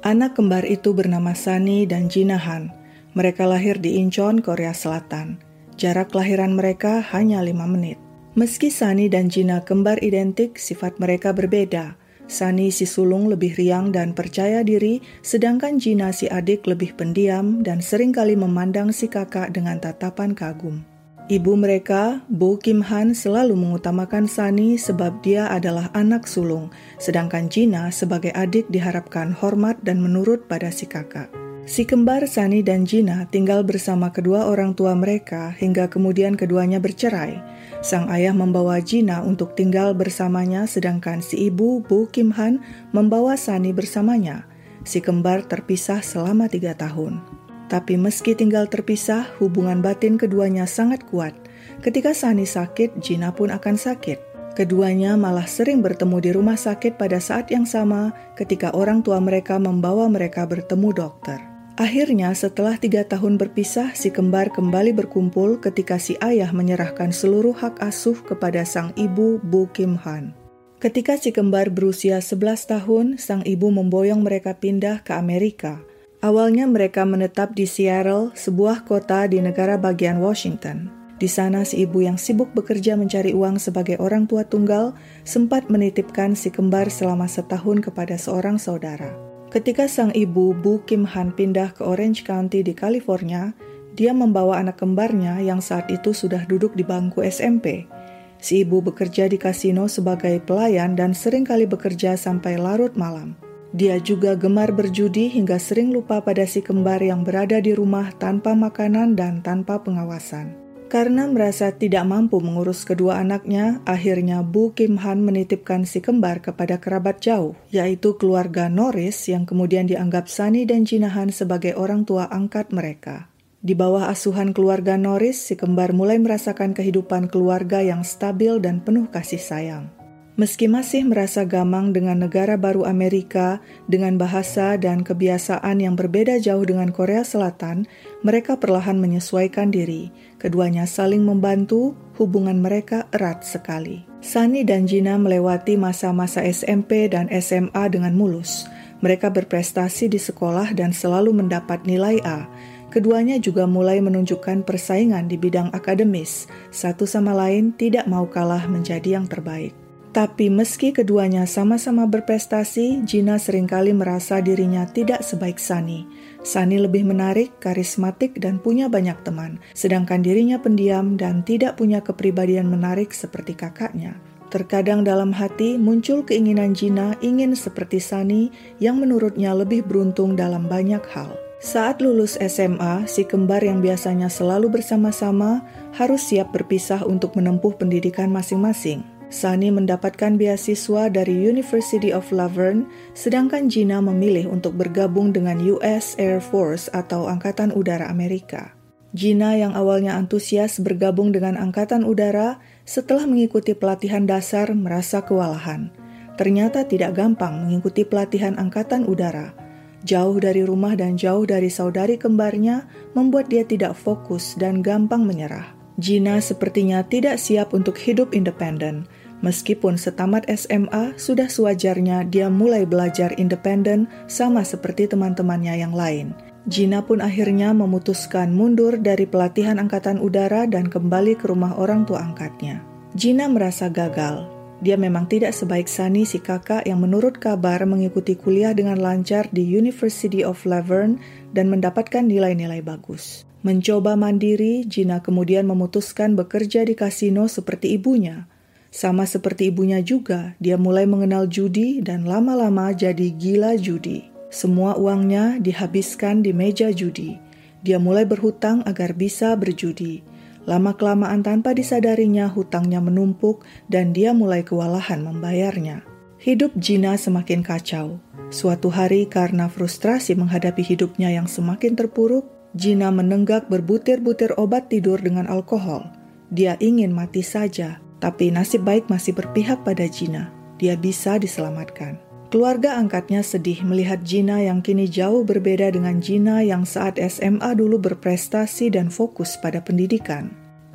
Anak kembar itu bernama Sunny dan Gina Han. Mereka lahir di Incheon, Korea Selatan. Jarak kelahiran mereka hanya 5 menit. Meski Sunny dan Gina kembar identik, sifat mereka berbeda. Sunny si sulung lebih riang dan percaya diri, sedangkan Gina si adik lebih pendiam dan seringkali memandang si kakak dengan tatapan kagum. Ibu mereka, Bo Kim Han, selalu mengutamakan Sunny sebab dia adalah anak sulung, sedangkan Gina sebagai adik diharapkan hormat dan menurut pada si kakak. Si kembar Sunny dan Gina tinggal bersama kedua orang tua mereka hingga kemudian keduanya bercerai. Sang ayah membawa Gina untuk tinggal bersamanya, sedangkan si ibu, Bo Kim Han, membawa Sunny bersamanya. Si kembar terpisah selama 3 tahun. Tapi meski tinggal terpisah, hubungan batin keduanya sangat kuat. Ketika Sunny sakit, Gina pun akan sakit. Keduanya malah sering bertemu di rumah sakit pada saat yang sama ketika orang tua mereka membawa mereka bertemu dokter. Akhirnya setelah 3 tahun berpisah, si kembar kembali berkumpul ketika si ayah menyerahkan seluruh hak asuh kepada sang ibu, Bo Kim Han. Ketika si kembar berusia 11 tahun, sang ibu memboyong mereka pindah ke Amerika. Awalnya mereka menetap di Seattle, sebuah kota di negara bagian Washington. Di sana si ibu yang sibuk bekerja mencari uang sebagai orang tua tunggal sempat menitipkan si kembar selama setahun kepada seorang saudara. Ketika sang ibu, Bo Kim Han, pindah ke Orange County di California, dia membawa anak kembarnya yang saat itu sudah duduk di bangku SMP. Si ibu bekerja di kasino sebagai pelayan dan seringkali bekerja sampai larut malam. Dia juga gemar berjudi hingga sering lupa pada si kembar yang berada di rumah tanpa makanan dan tanpa pengawasan. Karena merasa tidak mampu mengurus kedua anaknya, akhirnya Bo Kim Han menitipkan si kembar kepada kerabat jauh, yaitu keluarga Norris yang kemudian dianggap Sunny dan Gina Han sebagai orang tua angkat mereka. Di bawah asuhan keluarga Norris, si kembar mulai merasakan kehidupan keluarga yang stabil dan penuh kasih sayang. Meski masih merasa gamang dengan negara baru Amerika, dengan bahasa dan kebiasaan yang berbeda jauh dengan Korea Selatan, mereka perlahan menyesuaikan diri. Keduanya saling membantu, hubungan mereka erat sekali. Sunny dan Gina melewati masa-masa SMP dan SMA dengan mulus. Mereka berprestasi di sekolah dan selalu mendapat nilai A. Keduanya juga mulai menunjukkan persaingan di bidang akademis. Satu sama lain tidak mau kalah menjadi yang terbaik. Tapi meski keduanya sama-sama berprestasi, Gina seringkali merasa dirinya tidak sebaik Sunny. Sunny lebih menarik, karismatik, dan punya banyak teman, sedangkan dirinya pendiam dan tidak punya kepribadian menarik seperti kakaknya. Terkadang dalam hati muncul keinginan Gina ingin seperti Sunny yang menurutnya lebih beruntung dalam banyak hal. Saat lulus SMA, si kembar yang biasanya selalu bersama-sama harus siap berpisah untuk menempuh pendidikan masing-masing. Sunny mendapatkan beasiswa dari University of La Verne, sedangkan Gina memilih untuk bergabung dengan US Air Force atau Angkatan Udara Amerika. Gina yang awalnya antusias bergabung dengan Angkatan Udara, setelah mengikuti pelatihan dasar merasa kewalahan. Ternyata tidak gampang mengikuti pelatihan Angkatan Udara. Jauh dari rumah dan jauh dari saudari kembarnya membuat dia tidak fokus dan gampang menyerah. Gina sepertinya tidak siap untuk hidup independen. Meskipun setamat SMA, sudah sewajarnya dia mulai belajar independen sama seperti teman-temannya yang lain. Gina pun akhirnya memutuskan mundur dari pelatihan Angkatan Udara dan kembali ke rumah orang tua angkatnya. Gina merasa gagal. Dia memang tidak sebaik Sunny si kakak yang menurut kabar mengikuti kuliah dengan lancar di University of La Verne dan mendapatkan nilai-nilai bagus. Mencoba mandiri, Gina kemudian memutuskan bekerja di kasino seperti ibunya. Sama seperti ibunya juga, dia mulai mengenal judi dan lama-lama jadi gila judi. Semua uangnya dihabiskan di meja judi. Dia mulai berhutang agar bisa berjudi. Lama-kelamaan tanpa disadarinya hutangnya menumpuk dan dia mulai kewalahan membayarnya. Hidup Gina semakin kacau. Suatu hari karena frustrasi menghadapi hidupnya yang semakin terpuruk, Gina menenggak berbutir-butir obat tidur dengan alkohol. Dia ingin mati saja, tapi nasib baik masih berpihak pada Gina. Dia bisa diselamatkan. Keluarga angkatnya sedih melihat Gina yang kini jauh berbeda dengan Gina yang saat SMA dulu berprestasi dan fokus pada pendidikan.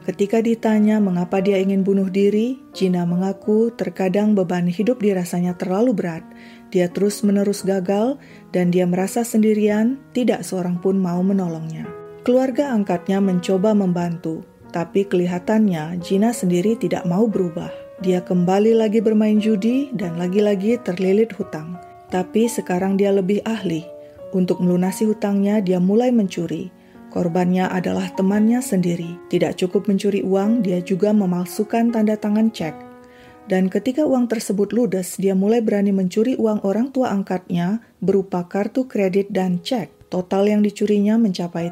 Ketika ditanya mengapa dia ingin bunuh diri, Gina mengaku terkadang beban hidup dirasanya terlalu berat. Dia terus-menerus gagal dan dia merasa sendirian, tidak seorang pun mau menolongnya. Keluarga angkatnya mencoba membantu, tapi kelihatannya Gina sendiri tidak mau berubah. Dia kembali lagi bermain judi dan lagi-lagi terlilit hutang. Tapi sekarang dia lebih ahli. Untuk melunasi hutangnya, dia mulai mencuri. Korbannya adalah temannya sendiri. Tidak cukup mencuri uang, dia juga memalsukan tanda tangan cek. Dan ketika uang tersebut ludes, dia mulai berani mencuri uang orang tua angkatnya berupa kartu kredit dan cek. Total yang dicurinya mencapai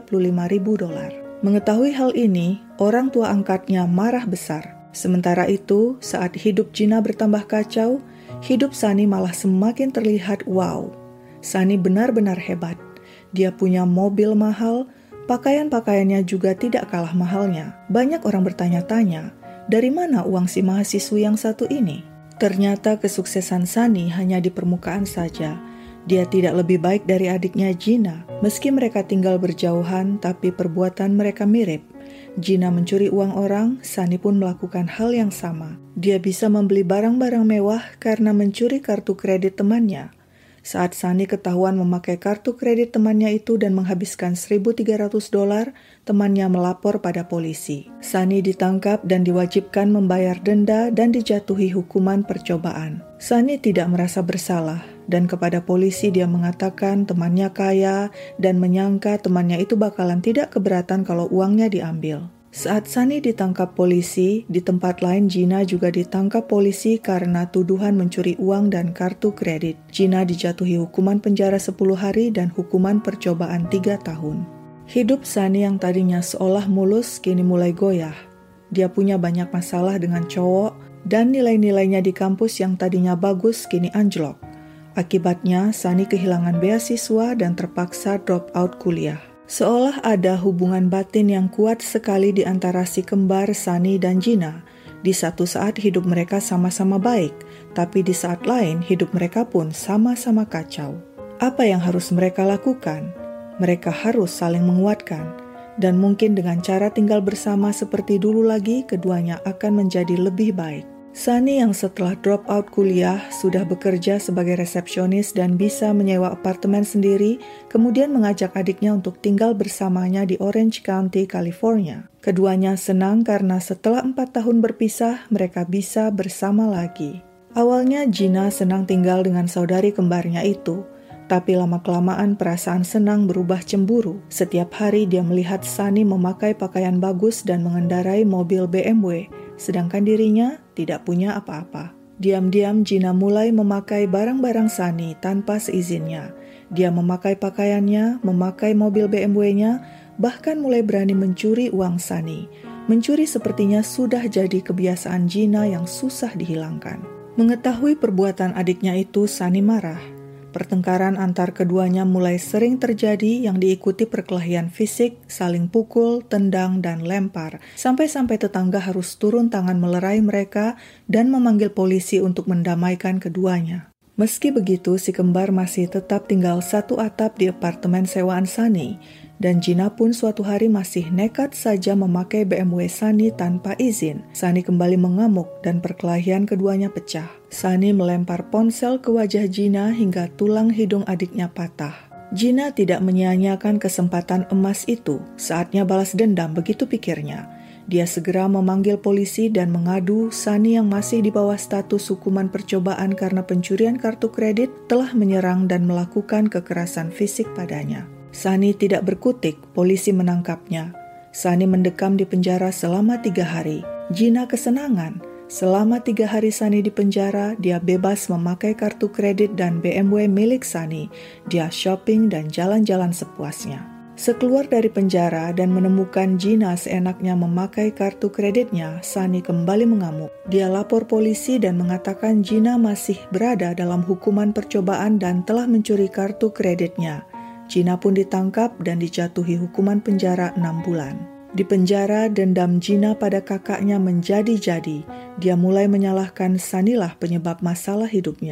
$35.000. Mengetahui hal ini, orang tua angkatnya marah besar. Sementara itu, saat hidup Gina bertambah kacau, hidup Sunny malah semakin terlihat wow. Sunny benar-benar hebat. Dia punya mobil mahal, pakaian-pakaiannya juga tidak kalah mahalnya. Banyak orang bertanya-tanya, dari mana uang si mahasiswi yang satu ini? Ternyata kesuksesan Sunny hanya di permukaan saja. Dia tidak lebih baik dari adiknya Gina. Meski mereka tinggal berjauhan, tapi perbuatan mereka mirip. Gina mencuri uang orang, Sunny pun melakukan hal yang sama. Dia bisa membeli barang-barang mewah karena mencuri kartu kredit temannya. Saat Sunny ketahuan memakai kartu kredit temannya itu dan menghabiskan $1.300, temannya melapor pada polisi. Sunny ditangkap dan diwajibkan membayar denda dan dijatuhi hukuman percobaan. Sunny tidak merasa bersalah dan kepada polisi dia mengatakan temannya kaya dan menyangka temannya itu bakalan tidak keberatan kalau uangnya diambil. Saat Sunny ditangkap polisi, di tempat lain Gina juga ditangkap polisi karena tuduhan mencuri uang dan kartu kredit. Gina dijatuhi hukuman penjara 10 hari dan hukuman percobaan 3 tahun. Hidup Sunny yang tadinya seolah mulus kini mulai goyah. Dia punya banyak masalah dengan cowok dan nilai-nilainya di kampus yang tadinya bagus kini anjlok. Akibatnya Sunny kehilangan beasiswa dan terpaksa drop out kuliah. Seolah ada hubungan batin yang kuat sekali di antara si kembar Sunny dan Gina. Di satu saat hidup mereka sama-sama baik, tapi di saat lain hidup mereka pun sama-sama kacau. Apa yang harus mereka lakukan? Mereka harus saling menguatkan. Dan mungkin dengan cara tinggal bersama seperti dulu lagi, keduanya akan menjadi lebih baik. Sunny yang setelah drop out kuliah sudah bekerja sebagai resepsionis dan bisa menyewa apartemen sendiri, kemudian mengajak adiknya untuk tinggal bersamanya di Orange County, California. Keduanya senang karena setelah 4 tahun berpisah, mereka bisa bersama lagi. Awalnya Gina senang tinggal dengan saudari kembarnya itu, tapi lama-kelamaan perasaan senang berubah cemburu. Setiap hari dia melihat Sunny memakai pakaian bagus dan mengendarai mobil BMW, sedangkan dirinya tidak punya apa-apa. Diam-diam Gina mulai memakai barang-barang Sunny tanpa seizinnya. Dia memakai pakaiannya, memakai mobil BMW-nya, bahkan mulai berani mencuri uang Sunny. Mencuri sepertinya sudah jadi kebiasaan Gina yang susah dihilangkan. Mengetahui perbuatan adiknya itu, Sunny marah. Pertengkaran antar keduanya mulai sering terjadi yang diikuti perkelahian fisik, saling pukul, tendang, dan lempar. Sampai-sampai tetangga harus turun tangan melerai mereka dan memanggil polisi untuk mendamaikan keduanya. Meski begitu, si kembar masih tetap tinggal satu atap di apartemen sewaan Sunny. Dan Gina pun suatu hari masih nekat saja memakai BMW Sunny tanpa izin. Sunny kembali mengamuk dan perkelahian keduanya pecah. Sunny melempar ponsel ke wajah Gina hingga tulang hidung adiknya patah. Gina tidak menyia-nyiakan kesempatan emas itu. Saatnya balas dendam, begitu pikirnya. Dia segera memanggil polisi dan mengadu Sunny yang masih di bawah status hukuman percobaan karena pencurian kartu kredit telah menyerang dan melakukan kekerasan fisik padanya. Sunny tidak berkutik, polisi menangkapnya. Sunny mendekam di penjara selama 3 hari. Gina kesenangan. Selama 3 hari Sunny di penjara, dia bebas memakai kartu kredit dan BMW milik Sunny. Dia shopping dan jalan-jalan sepuasnya. Sekeluar dari penjara dan menemukan Gina seenaknya memakai kartu kreditnya, Sunny kembali mengamuk. Dia lapor polisi dan mengatakan Gina masih berada dalam hukuman percobaan dan telah mencuri kartu kreditnya. Gina pun ditangkap dan dijatuhi hukuman penjara 6 bulan. Di penjara, dendam Gina pada kakaknya menjadi-jadi. Dia mulai menyalahkan Sunny lah penyebab masalah hidupnya.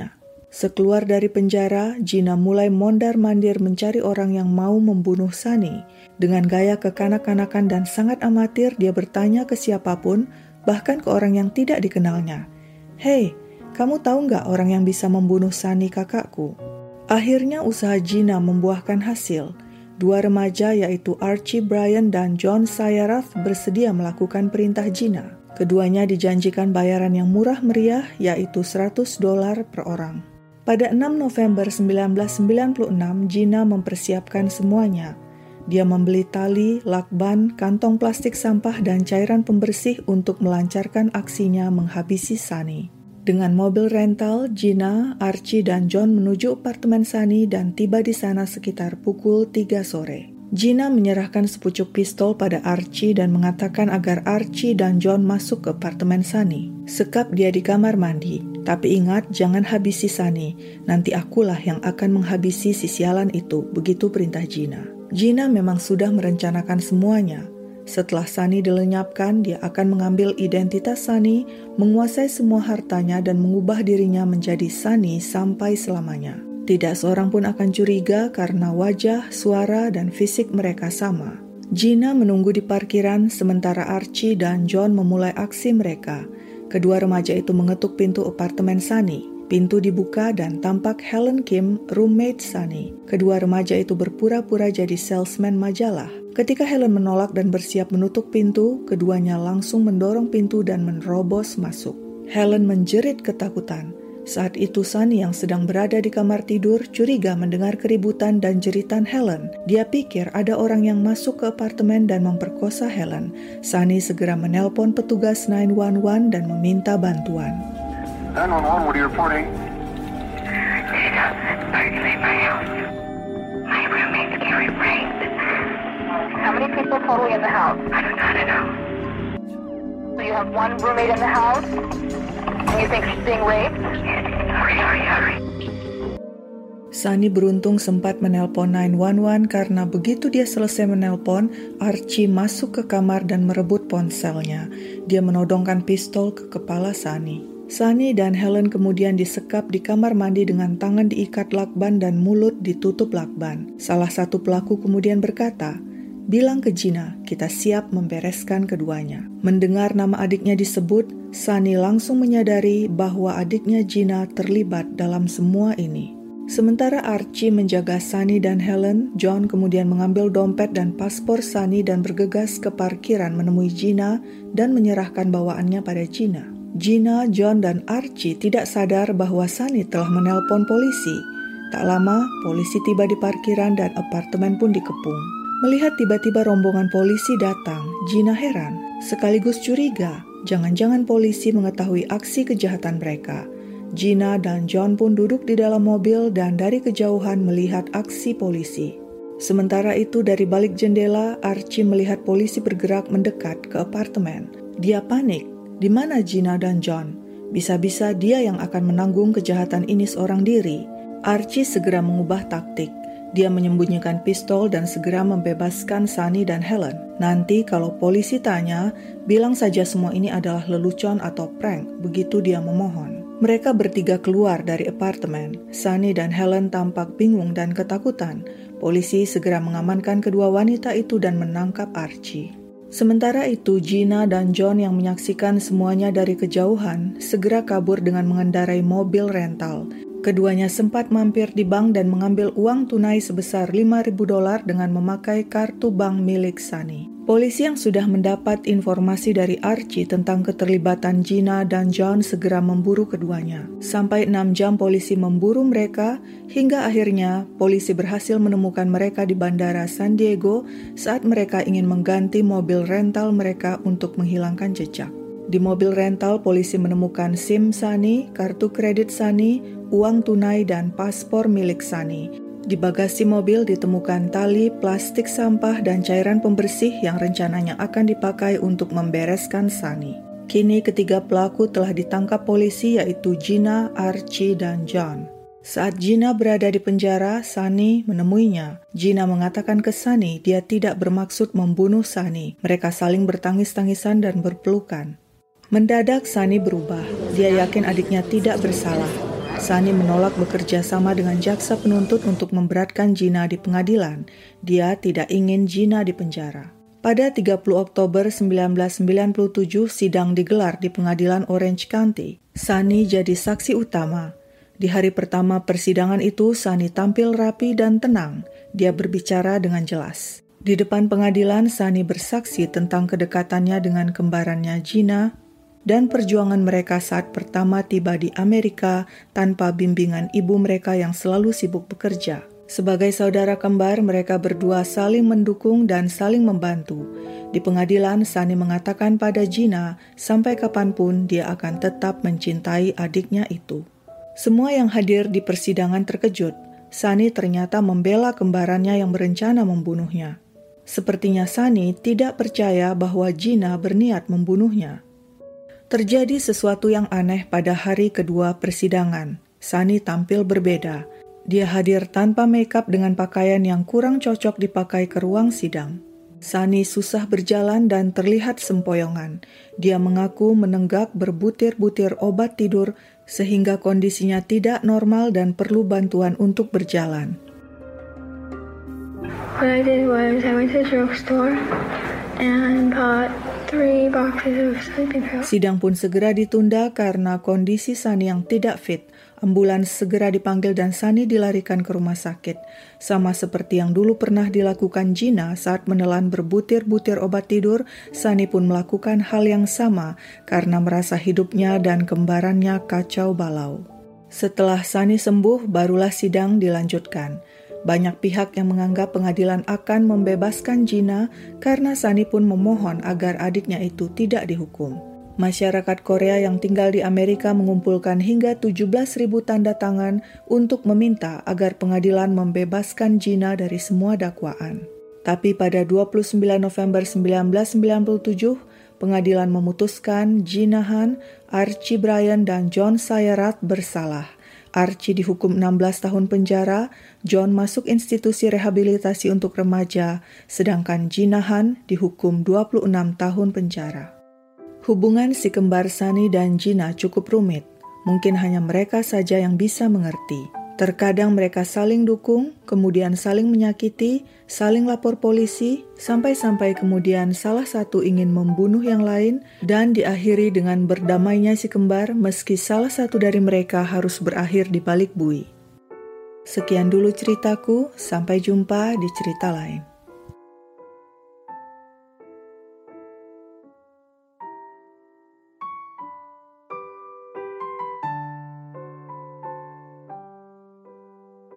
Sekeluar dari penjara, Gina mulai mondar-mandir mencari orang yang mau membunuh Sunny. Dengan gaya kekanak-kanakan dan sangat amatir, dia bertanya ke siapapun, bahkan ke orang yang tidak dikenalnya. "Hei, kamu tahu nggak orang yang bisa membunuh Sunny kakakku?" Akhirnya usaha Gina membuahkan hasil. 2 remaja yaitu Archie Bryan dan John Sayarath bersedia melakukan perintah Gina. Keduanya dijanjikan bayaran yang murah meriah yaitu $100 per orang. Pada 6 November 1996, Gina mempersiapkan semuanya. Dia membeli tali, lakban, kantong plastik sampah, dan cairan pembersih untuk melancarkan aksinya menghabisi Sunny. Dengan mobil rental, Gina, Archie, dan John menuju apartemen Sunny dan tiba di sana sekitar pukul 3 sore. Gina menyerahkan sepucuk pistol pada Archie dan mengatakan agar Archie dan John masuk ke apartemen Sunny. Sekap dia di kamar mandi, tapi ingat jangan habisi Sunny, nanti akulah yang akan menghabisi si sialan itu, begitu perintah Gina. Gina memang sudah merencanakan semuanya. Setelah Sunny dilenyapkan, dia akan mengambil identitas Sunny, menguasai semua hartanya dan mengubah dirinya menjadi Sunny sampai selamanya. Tidak seorang pun akan curiga karena wajah, suara, dan fisik mereka sama. Gina menunggu di parkiran sementara Archie dan John memulai aksi mereka. Kedua remaja itu mengetuk pintu apartemen Sunny. Pintu dibuka dan tampak Helen Kim, roommate Sunny. Kedua remaja itu berpura-pura jadi salesman majalah. Ketika Helen menolak dan bersiap menutup pintu, keduanya langsung mendorong pintu dan menerobos masuk. Helen menjerit ketakutan. Saat itu Sunny yang sedang berada di kamar tidur curiga mendengar keributan dan jeritan Helen. Dia pikir ada orang yang masuk ke apartemen dan memperkosa Helen. Sunny segera menelpon petugas 911 dan meminta bantuan. 911, what are you reporting? Burglary my house. My roommates carry raped. How many people totally in the house? I don't know. So you have one roommate in the house? And you think she's being raped? Hurry. Sunny beruntung sempat menelpon 911 karena begitu dia selesai menelpon, Archie masuk ke kamar dan merebut ponselnya. Dia menodongkan pistol ke kepala Sunny. Sunny dan Helen kemudian disekap di kamar mandi dengan tangan diikat lakban dan mulut ditutup lakban. Salah satu pelaku kemudian berkata, "Bilang ke Gina, kita siap membereskan keduanya." Mendengar nama adiknya disebut, Sunny langsung menyadari bahwa adiknya Gina terlibat dalam semua ini. Sementara Archie menjaga Sunny dan Helen, John kemudian mengambil dompet dan paspor Sunny dan bergegas ke parkiran menemui Gina dan menyerahkan bawaannya pada Gina. Gina, John, dan Archie tidak sadar bahwa Sunny telah menelpon polisi. Tak lama, polisi tiba di parkiran dan apartemen pun dikepung. Melihat tiba-tiba rombongan polisi datang, Gina heran, sekaligus curiga. Jangan-jangan polisi mengetahui aksi kejahatan mereka. Gina dan John pun duduk di dalam mobil dan dari kejauhan melihat aksi polisi. Sementara itu dari balik jendela, Archie melihat polisi bergerak mendekat ke apartemen. Dia panik. Di mana Gina dan John? Bisa-bisa dia yang akan menanggung kejahatan ini seorang diri. Archie segera mengubah taktik. Dia menyembunyikan pistol dan segera membebaskan Sunny dan Helen. Nanti kalau polisi tanya, bilang saja semua ini adalah lelucon atau prank, begitu dia memohon. Mereka bertiga keluar dari apartemen. Sunny dan Helen tampak bingung dan ketakutan. Polisi segera mengamankan kedua wanita itu dan menangkap Archie. Sementara itu, Gina dan John yang menyaksikan semuanya dari kejauhan segera kabur dengan mengendarai mobil rental. Keduanya sempat mampir di bank dan mengambil uang tunai sebesar $5.000 dengan memakai kartu bank milik Sunny. Polisi yang sudah mendapat informasi dari Archie tentang keterlibatan Gina dan John segera memburu keduanya. Sampai 6 jam polisi memburu mereka, hingga akhirnya polisi berhasil menemukan mereka di Bandara San Diego saat mereka ingin mengganti mobil rental mereka untuk menghilangkan jejak. Di mobil rental, polisi menemukan SIM Sunny, kartu kredit Sunny, uang tunai, dan paspor milik Sunny. Di bagasi mobil ditemukan tali, plastik sampah, dan cairan pembersih yang rencananya akan dipakai untuk membereskan Sunny. Kini ketiga pelaku telah ditangkap polisi yaitu Gina, Archie, dan John. Saat Gina berada di penjara, Sunny menemuinya. Gina mengatakan ke Sunny dia tidak bermaksud membunuh Sunny. Mereka saling bertangis-tangisan dan berpelukan. Mendadak Sunny berubah. Dia yakin adiknya tidak bersalah. Sunny menolak bekerja sama dengan jaksa penuntut untuk memberatkan Gina di pengadilan. Dia tidak ingin Gina dipenjara. Pada 30 Oktober 1997, sidang digelar di pengadilan Orange County. Sunny jadi saksi utama. Di hari pertama persidangan itu, Sunny tampil rapi dan tenang. Dia berbicara dengan jelas. Di depan pengadilan, Sunny bersaksi tentang kedekatannya dengan kembarannya Gina dan perjuangan mereka saat pertama tiba di Amerika tanpa bimbingan ibu mereka yang selalu sibuk bekerja. Sebagai saudara kembar, mereka berdua saling mendukung dan saling membantu. Di pengadilan, Sunny mengatakan pada Gina sampai kapanpun dia akan tetap mencintai adiknya itu. Semua yang hadir di persidangan terkejut. Sunny ternyata membela kembarannya yang berencana membunuhnya. Sepertinya Sunny tidak percaya bahwa Gina berniat membunuhnya. Terjadi sesuatu yang aneh pada hari kedua persidangan. Sunny tampil berbeda. Dia hadir tanpa makeup dengan pakaian yang kurang cocok dipakai ke ruang sidang. Sunny susah berjalan dan terlihat sempoyongan. Dia mengaku menenggak berbutir-butir obat tidur sehingga kondisinya tidak normal dan perlu bantuan untuk berjalan. What I did was I went to the drugstore and bought 3 boxes of sleeping pills. Sidang pun segera ditunda karena kondisi Sunny yang tidak fit. Ambulans segera dipanggil dan Sunny dilarikan ke rumah sakit. Sama seperti yang dulu pernah dilakukan Gina saat menelan berbutir-butir obat tidur, Sunny pun melakukan hal yang sama karena merasa hidupnya dan kembarannya kacau balau. Setelah Sunny sembuh, barulah sidang dilanjutkan. Banyak pihak yang menganggap pengadilan akan membebaskan Gina karena Sunny pun memohon agar adiknya itu tidak dihukum. Masyarakat Korea yang tinggal di Amerika mengumpulkan hingga 17.000 tanda tangan untuk meminta agar pengadilan membebaskan Gina dari semua dakwaan. Tapi pada 29 November 1997, pengadilan memutuskan Gina Han, Archie Bryan, dan John Syerat bersalah. Archie dihukum 16 tahun penjara, John masuk institusi rehabilitasi untuk remaja, sedangkan Gina Han dihukum 26 tahun penjara. Hubungan si kembar Sunny dan Gina cukup rumit. Mungkin hanya mereka saja yang bisa mengerti. Terkadang mereka saling dukung, kemudian saling menyakiti, saling lapor polisi, sampai-sampai kemudian salah satu ingin membunuh yang lain, dan diakhiri dengan berdamainya si kembar meski salah satu dari mereka harus berakhir di balik bui. Sekian dulu ceritaku, sampai jumpa di cerita lain.